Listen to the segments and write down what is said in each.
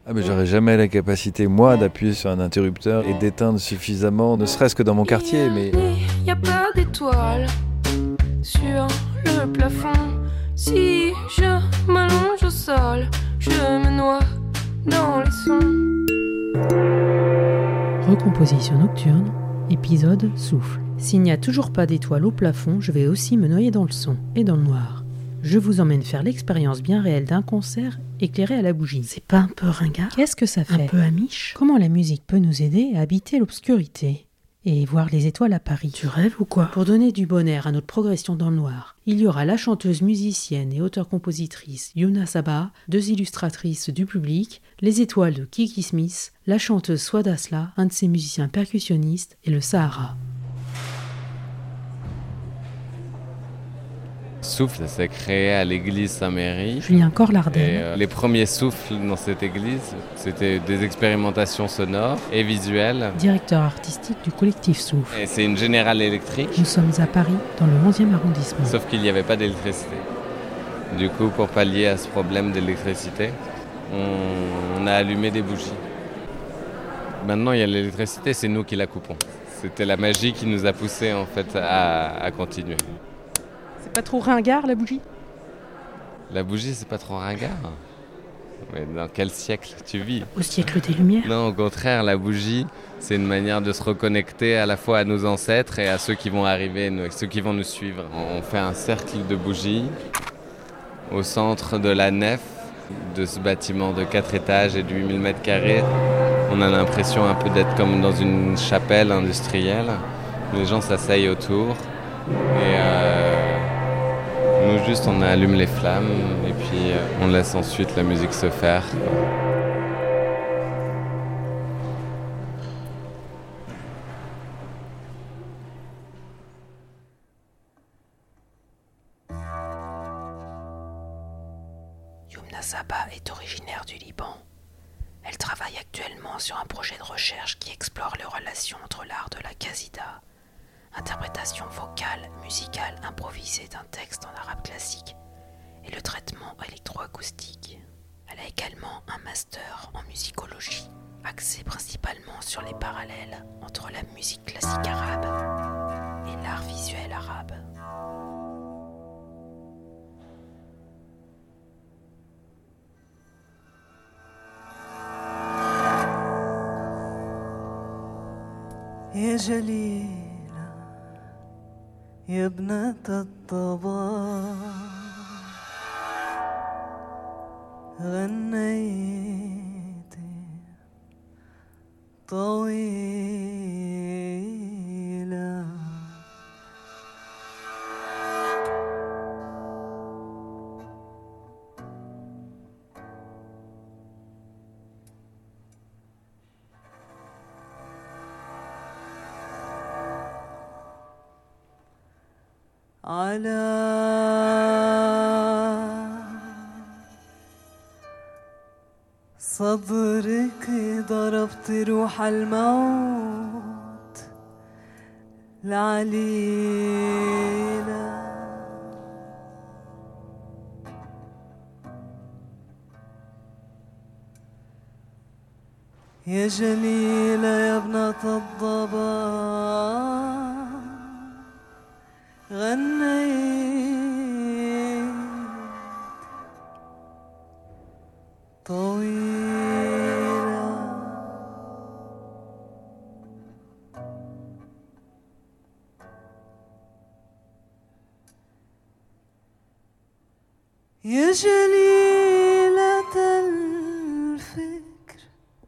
Ah mais j'aurais jamais la capacité, moi, d'appuyer sur un interrupteur et d'éteindre suffisamment, ne serait-ce que dans mon quartier, mais... Y a pas d'étoiles sur le plafond. Si je m'allonge au sol, je me noie dans les sons. Recomposition nocturne, épisode Souffle. S'il n'y a toujours pas d'étoiles au plafond, je vais aussi me noyer dans le son et dans le noir. Je vous emmène faire l'expérience bien réelle d'un concert éclairé à la bougie. C'est pas un peu ringard ? Qu'est-ce que ça fait ? Un peu amiche ? Comment la musique peut nous aider à habiter l'obscurité et voir les étoiles à Paris ? Tu rêves ou quoi ? Pour donner du bon air à notre progression dans le noir, il y aura la chanteuse musicienne et auteure-compositrice Yumna Saba, 2 illustratrices du public, les étoiles de Kiki Smith, la chanteuse Swad Asla, un de ses musiciens percussionnistes et le Sahara. Souffle, ça s'est créé à l'église Saint-Méry. Julien Corlardel. Les premiers souffles dans cette église, c'était des expérimentations sonores et visuelles. Directeur artistique du collectif Souffle. Et c'est une General Electric. Nous sommes à Paris, dans le 11e arrondissement. Sauf qu'il n'y avait pas d'électricité. Du coup, pour pallier à ce problème d'électricité, on a allumé des bougies. Maintenant, il y a l'électricité, c'est nous qui la coupons. C'était la magie qui nous a poussés en fait à continuer. C'est pas trop ringard la bougie ? La bougie, c'est pas trop ringard. Mais dans quel siècle tu vis ? Au siècle des Lumières ? Non, au contraire, la bougie, c'est une manière de se reconnecter à la fois à nos ancêtres et à ceux qui vont arriver, ceux qui vont nous suivre. On fait un cercle de bougies au centre de la nef de ce bâtiment de 4 étages et de 8000 mètres carrés. On a l'impression un peu d'être comme dans une chapelle industrielle. Les gens s'asseyent autour et nous juste on allume les flammes et puis on laisse ensuite la musique se faire. Yumna Saba est originaire du Liban. Elle travaille actuellement sur un projet de recherche qui explore les relations entre l'art de la qasida, interprétation vocale, musicale, improvisée d'un texte en arabe classique, et le traitement électroacoustique. Elle a également un master en musicologie, axé principalement sur les parallèles entre la musique classique arabe et l'art visuel arabe. يا جليلة يا ابنة الطبا غنيتي طويلة على صدرك ضربت روح الموت العليلة يا جليلة يا ابنة الضباب غنيت طويلة يا جليلة الفكر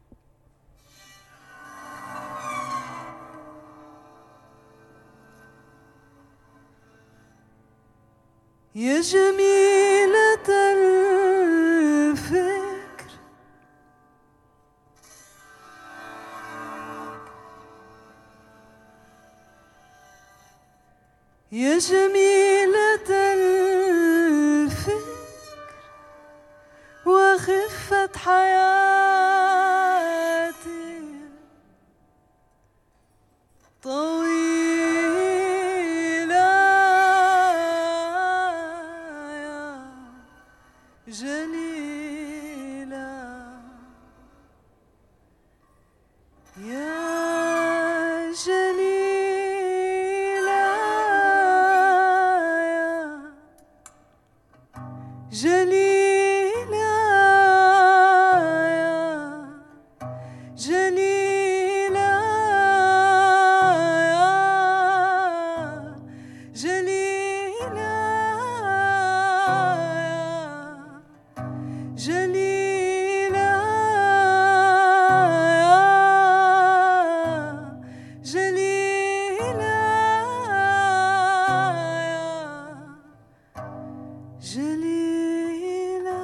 يا جميلة الفكر يا جميلة الفكر وخفة حياتي طويلة يا جليلة Jalila, Jalila, Jalila, Jalila, Jalila, Jalila.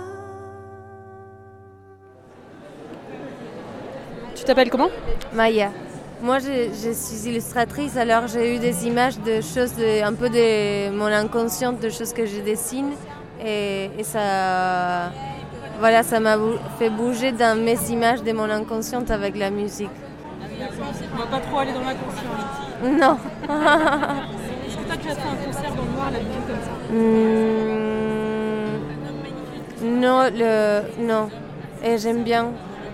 Tu t'appelles comment? Maya. Moi, je suis illustratrice, alors j'ai eu des images de choses, un peu de mon inconscient, de choses que je dessine. Et ça, voilà, ça m'a fait bouger dans mes images de mon inconscient avec la musique. On va pas trop aller dans l'inconscient. Non. Est-ce que tu as déjà fait un concert dans le noir, la musique comme ça? Non. Et j'aime bien.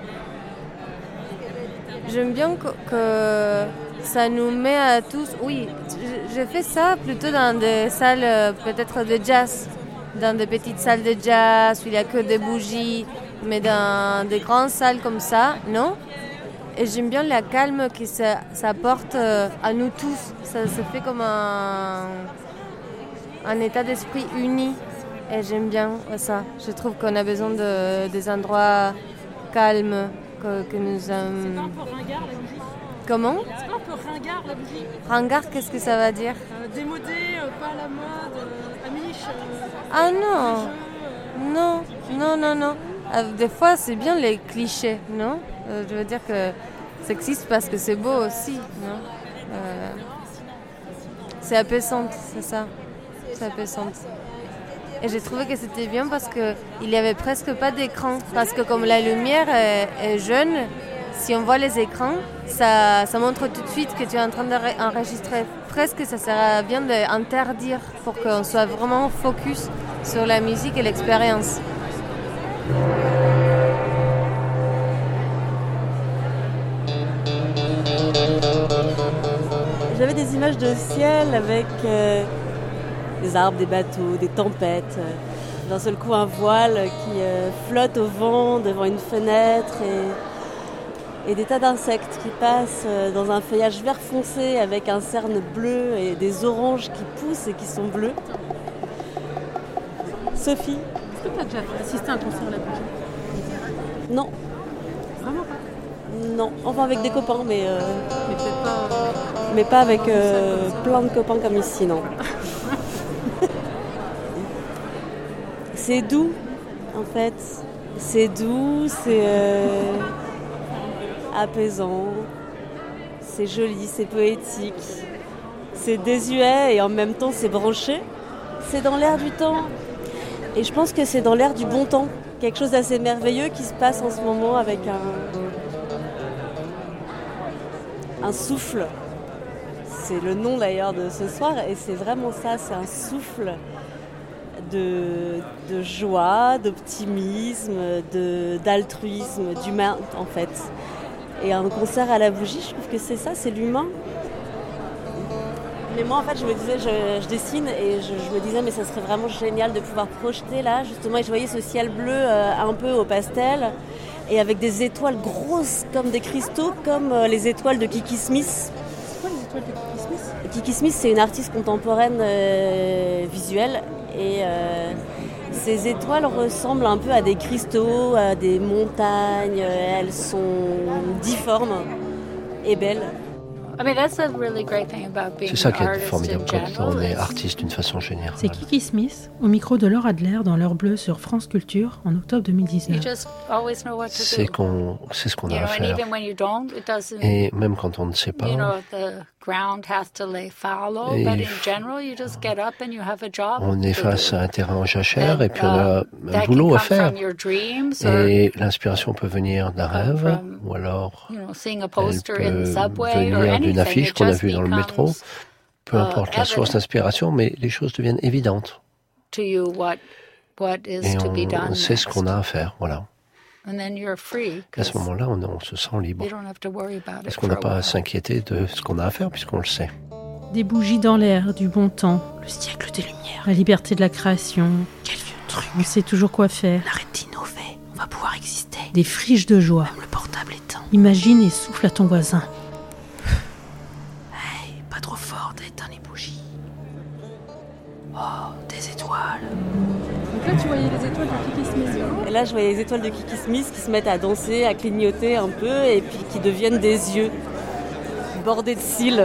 J'aime bien que ça nous met à tous. Oui, je fais ça plutôt dans des salles peut-être de jazz, dans des petites salles de jazz où il n'y a que des bougies, mais dans des grandes salles comme ça, non. Et j'aime bien la calme que ça apporte à nous tous. Ça se fait comme un état d'esprit uni. Et j'aime bien ça. Je trouve qu'on a besoin des endroits calmes que nous avons. C'est pas un peu ringard la bougie? Comment? C'est pas un peu ringard la bougie? Ringard, qu'est-ce que ça va dire? Démodé, pas à la mode, amiche. Ah non! Non. Des fois, c'est bien les clichés, non? Je veux dire que ça existe parce que c'est beau aussi, non? C'est apaisante, c'est ça. C'est apaisante. Et j'ai trouvé que c'était bien parce qu'il n'y avait presque pas d'écran. Parce que comme la lumière est jeune, si on voit les écrans, ça montre tout de suite que tu es en train d'enregistrer. Presque ça serait bien d'interdire pour qu'on soit vraiment focus sur la musique et l'expérience. J'avais des images de ciel avec des arbres, des bateaux, des tempêtes. D'un seul coup, un voile qui flotte au vent devant une fenêtre et des tas d'insectes qui passent dans un feuillage vert foncé avec un cerne bleu et des oranges qui poussent et qui sont bleus. Sophie? Est-ce que tu as déjà assisté à un concert à la bougie? Non. Vraiment pas? Non, enfin avec des copains, mais peut-être pas. mais pas avec plein de copains comme ici, non. C'est doux, en fait. C'est doux, c'est apaisant, c'est joli, c'est poétique, c'est désuet et en même temps c'est branché. C'est dans l'air du temps. Et je pense que c'est dans l'air du bon temps. Quelque chose d'assez merveilleux qui se passe en ce moment avec un souffle. C'est le nom d'ailleurs de ce soir et c'est vraiment ça, c'est un souffle de joie, d'optimisme, d'altruisme, d'humain en fait. Et un concert à la bougie, je trouve que c'est ça, c'est l'humain. Mais moi en fait je me disais, je dessine et je me disais mais ça serait vraiment génial de pouvoir projeter là justement et je voyais ce ciel bleu un peu au pastel et avec des étoiles grosses comme des cristaux comme les étoiles de Kiki Smith. C'est quoi les étoiles de Kiki Smith? Kiki Smith c'est une artiste contemporaine visuelle et ces étoiles ressemblent un peu à des cristaux, à des montagnes, elles sont difformes et belles. C'est ça qui est formidable quand on est artiste d'une façon générale. C'est Kiki Smith, au micro de Laure Adler dans l'heure bleue sur France Culture en octobre 2019. C'est ce qu'on a à faire. Et même quand on ne sait pas, on est face à un terrain en jachère et puis on a un boulot à faire. Et l'inspiration peut venir d'un rêve ou alors elle peut venir d'une affiche qu'on a vue dans le métro. Peu importe la source d'inspiration, mais les choses deviennent évidentes. Et on sait ce qu'on a à faire, voilà. À ce moment-là, on se sent libre. Parce qu'on n'a pas à s'inquiéter de ce qu'on a à faire, puisqu'on le sait. Des bougies dans l'air, du bon temps, le siècle des Lumières, la liberté de la création. Quel vieux truc. On sait toujours quoi faire. On arrête d'innover. On va pouvoir exister. Des friches de joie. Même le portable éteint. Imagine et souffle à ton voisin. Hey, pas trop fort, éteins les bougies. Oh, des étoiles. Donc là, tu voyais les étoiles de Kiki Smith. Et là, je voyais les étoiles de Kiki Smith qui se mettent à danser, à clignoter un peu, et puis qui deviennent des yeux bordés de cils.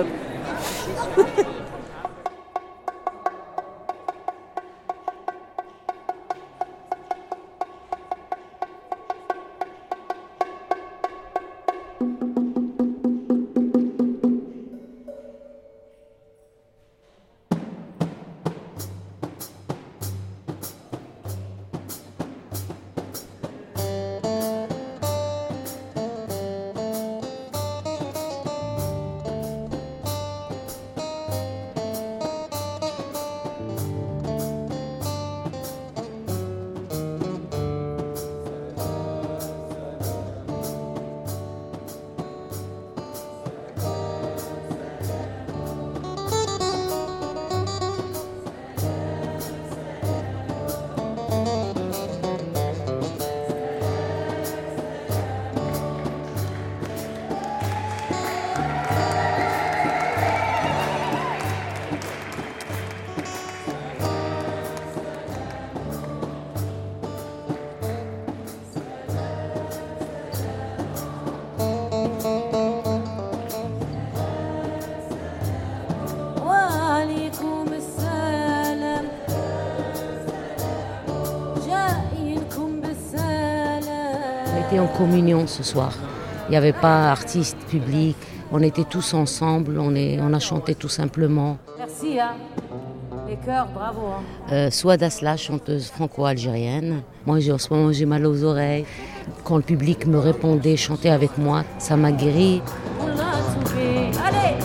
En communion ce soir. Il n'y avait pas artistes, public. On était tous ensemble, on a chanté tout simplement. Merci, hein. Les chœurs, bravo. Hein. Souad Asla, chanteuse franco-algérienne. Moi, en ce moment, j'ai mal aux oreilles. Quand le public me répondait, chantait avec moi, ça m'a guéri. Allez!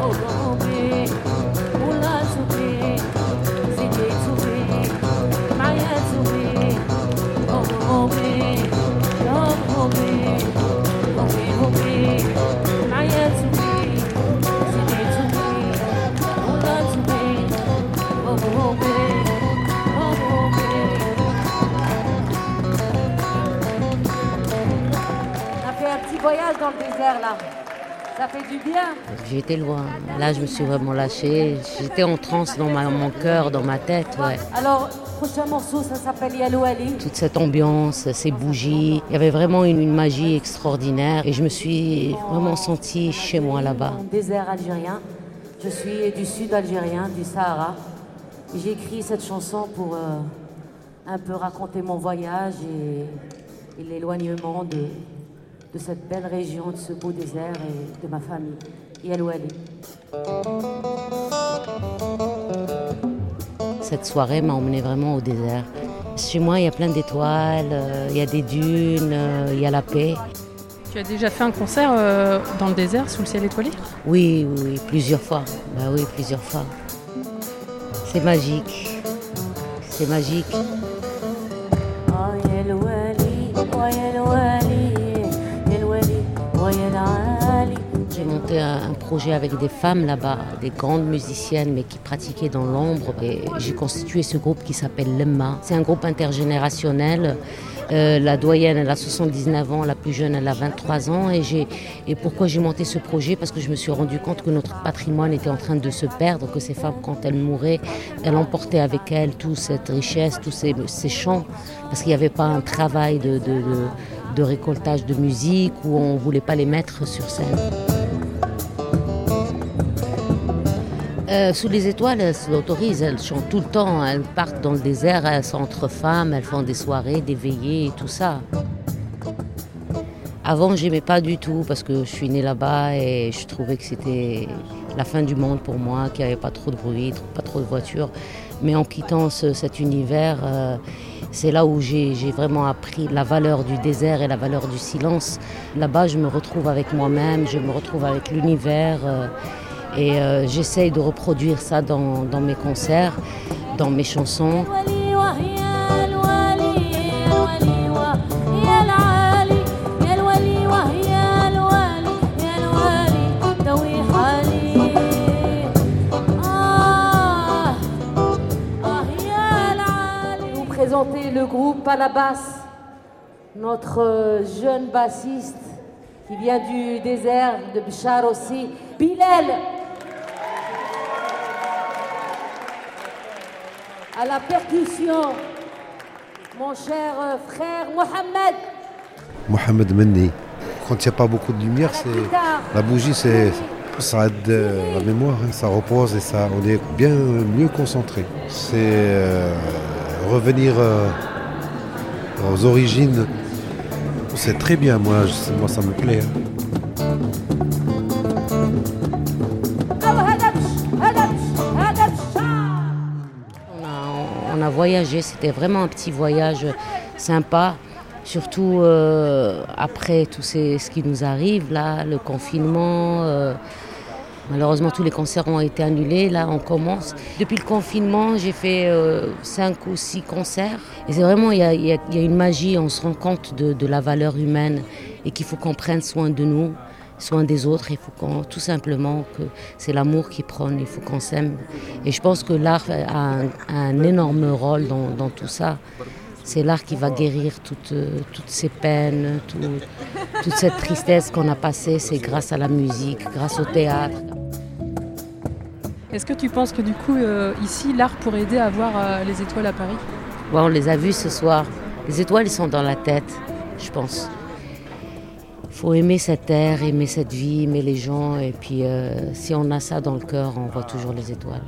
Voyage dans le désert là, ça fait du bien. J'étais loin, là je me suis vraiment lâchée, j'étais en transe dans mon cœur, dans ma tête. Ouais. Alors, prochain morceau, ça s'appelle Yalouali. Toute cette ambiance, ces bougies, il y avait vraiment une magie extraordinaire et je me suis vraiment sentie chez moi là-bas. Dans le désert algérien, je suis du sud algérien, du Sahara. J'ai écrit cette chanson pour un peu raconter mon voyage et l'éloignement de cette belle région, de ce beau désert et de ma famille. Yalouali. Cette soirée m'a emmenée vraiment au désert. Chez moi, il y a plein d'étoiles, il y a des dunes, il y a la paix. Tu as déjà fait un concert dans le désert, sous le ciel étoilé ? Oui, plusieurs fois. Bah oui, plusieurs fois. C'est magique. C'est magique. J'ai monté un projet avec des femmes là-bas, des grandes musiciennes mais qui pratiquaient dans l'ombre. Et j'ai constitué ce groupe qui s'appelle Lemma. C'est un groupe intergénérationnel. La doyenne, elle a 79 ans, la plus jeune, elle a 23 ans. Et pourquoi j'ai monté ce projet ? Parce que je me suis rendu compte que notre patrimoine était en train de se perdre, que ces femmes, quand elles mouraient, elles emportaient avec elles toute cette richesse, tous ces chants. Parce qu'il n'y avait pas un travail de récoltage de musique où on ne voulait pas les mettre sur scène. Sous les étoiles, elles s'autorisent, elles chantent tout le temps, elles partent dans le désert, elles sont entre femmes, elles font des soirées, des veillées et tout ça. Avant, j'aimais pas du tout parce que je suis née là-bas et je trouvais que c'était la fin du monde pour moi, qu'il n'y avait pas trop de bruit, pas trop de voitures. Mais en quittant cet univers, c'est là où j'ai vraiment appris la valeur du désert et la valeur du silence. Là-bas, je me retrouve avec moi-même, je me retrouve avec l'univers. Et j'essaye de reproduire ça dans mes concerts, dans mes chansons. présenter le groupe à la basse, notre jeune bassiste qui vient du désert de Bchar aussi, Bilal. À la percussion, mon cher frère Mohamed. Mohamed Menni. Quand il n'y a pas beaucoup de lumière, la bougie, ça aide la mémoire, hein, ça repose et on est bien mieux concentré. C'est revenir aux origines. C'est très bien, moi ça me plaît. On a voyagé, c'était vraiment un petit voyage sympa, surtout après tout ce qui nous arrive, là, le confinement. Malheureusement, tous les concerts ont été annulés. Là, on commence. Depuis le confinement, j'ai fait 5 ou 6 concerts. Et c'est vraiment, il y a une magie. On se rend compte de la valeur humaine et qu'il faut qu'on prenne soin de nous, soin des autres. Il faut tout simplement que c'est l'amour qui prône. Il faut qu'on s'aime. Et je pense que l'art a un énorme rôle dans tout ça. C'est l'art qui va guérir toutes ces peines, toute cette tristesse qu'on a passée. C'est grâce à la musique, grâce au théâtre. Est-ce que tu penses que du coup, ici, l'art pourrait aider à voir les étoiles à Paris ? Ouais, on les a vues ce soir. Les étoiles, elles sont dans la tête, je pense. Il faut aimer cette terre, aimer cette vie, aimer les gens. Et puis, si on a ça dans le cœur, on voit toujours les étoiles.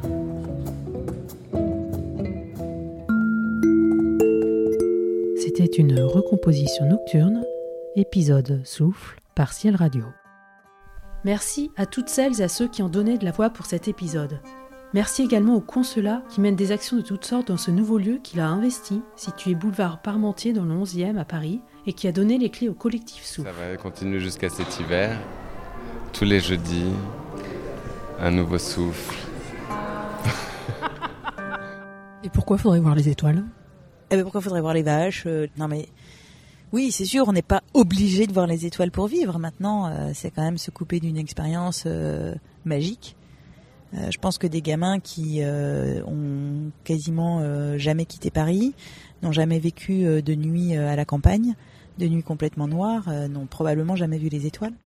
C'était une recomposition nocturne, épisode Souffle par Ciel Radio. Merci à toutes celles et à ceux qui ont donné de la voix pour cet épisode. Merci également au consulat qui mène des actions de toutes sortes dans ce nouveau lieu qu'il a investi, situé boulevard Parmentier dans le 11e à Paris, et qui a donné les clés au collectif Souffle. Ça va continuer jusqu'à cet hiver. Tous les jeudis, un nouveau souffle. Et pourquoi faudrait voir les étoiles ? Pourquoi faudrait voir les vaches ? Non mais oui, c'est sûr, on n'est pas obligé de voir les étoiles pour vivre. Maintenant, c'est quand même se couper d'une expérience magique. Je pense que des gamins qui ont quasiment jamais quitté Paris, n'ont jamais vécu de nuit à la campagne, de nuit complètement noire, n'ont probablement jamais vu les étoiles.